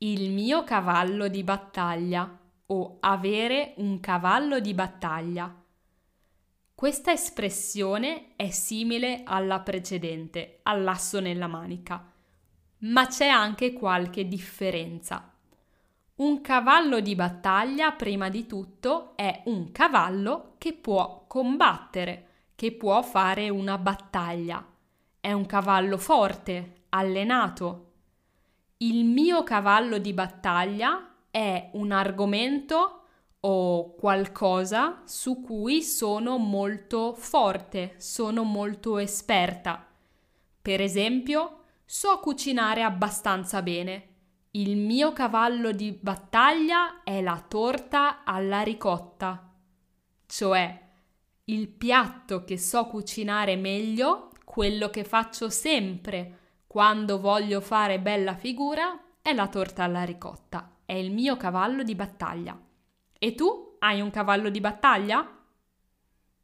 il mio cavallo di battaglia o avere un cavallo di battaglia. Questa espressione è simile alla precedente, all'asso nella manica, ma c'è anche qualche differenza. Un cavallo di battaglia, prima di tutto, è un cavallo che può combattere, che può fare una battaglia. È un cavallo forte, allenato. Il mio cavallo di battaglia è un argomento o qualcosa su cui sono molto forte, sono molto esperta. Per esempio, so cucinare abbastanza bene. Il mio cavallo di battaglia è la torta alla ricotta, cioè il piatto che so cucinare meglio, quello che faccio sempre quando voglio fare bella figura, è la torta alla ricotta. È il mio cavallo di battaglia. E tu hai un cavallo di battaglia?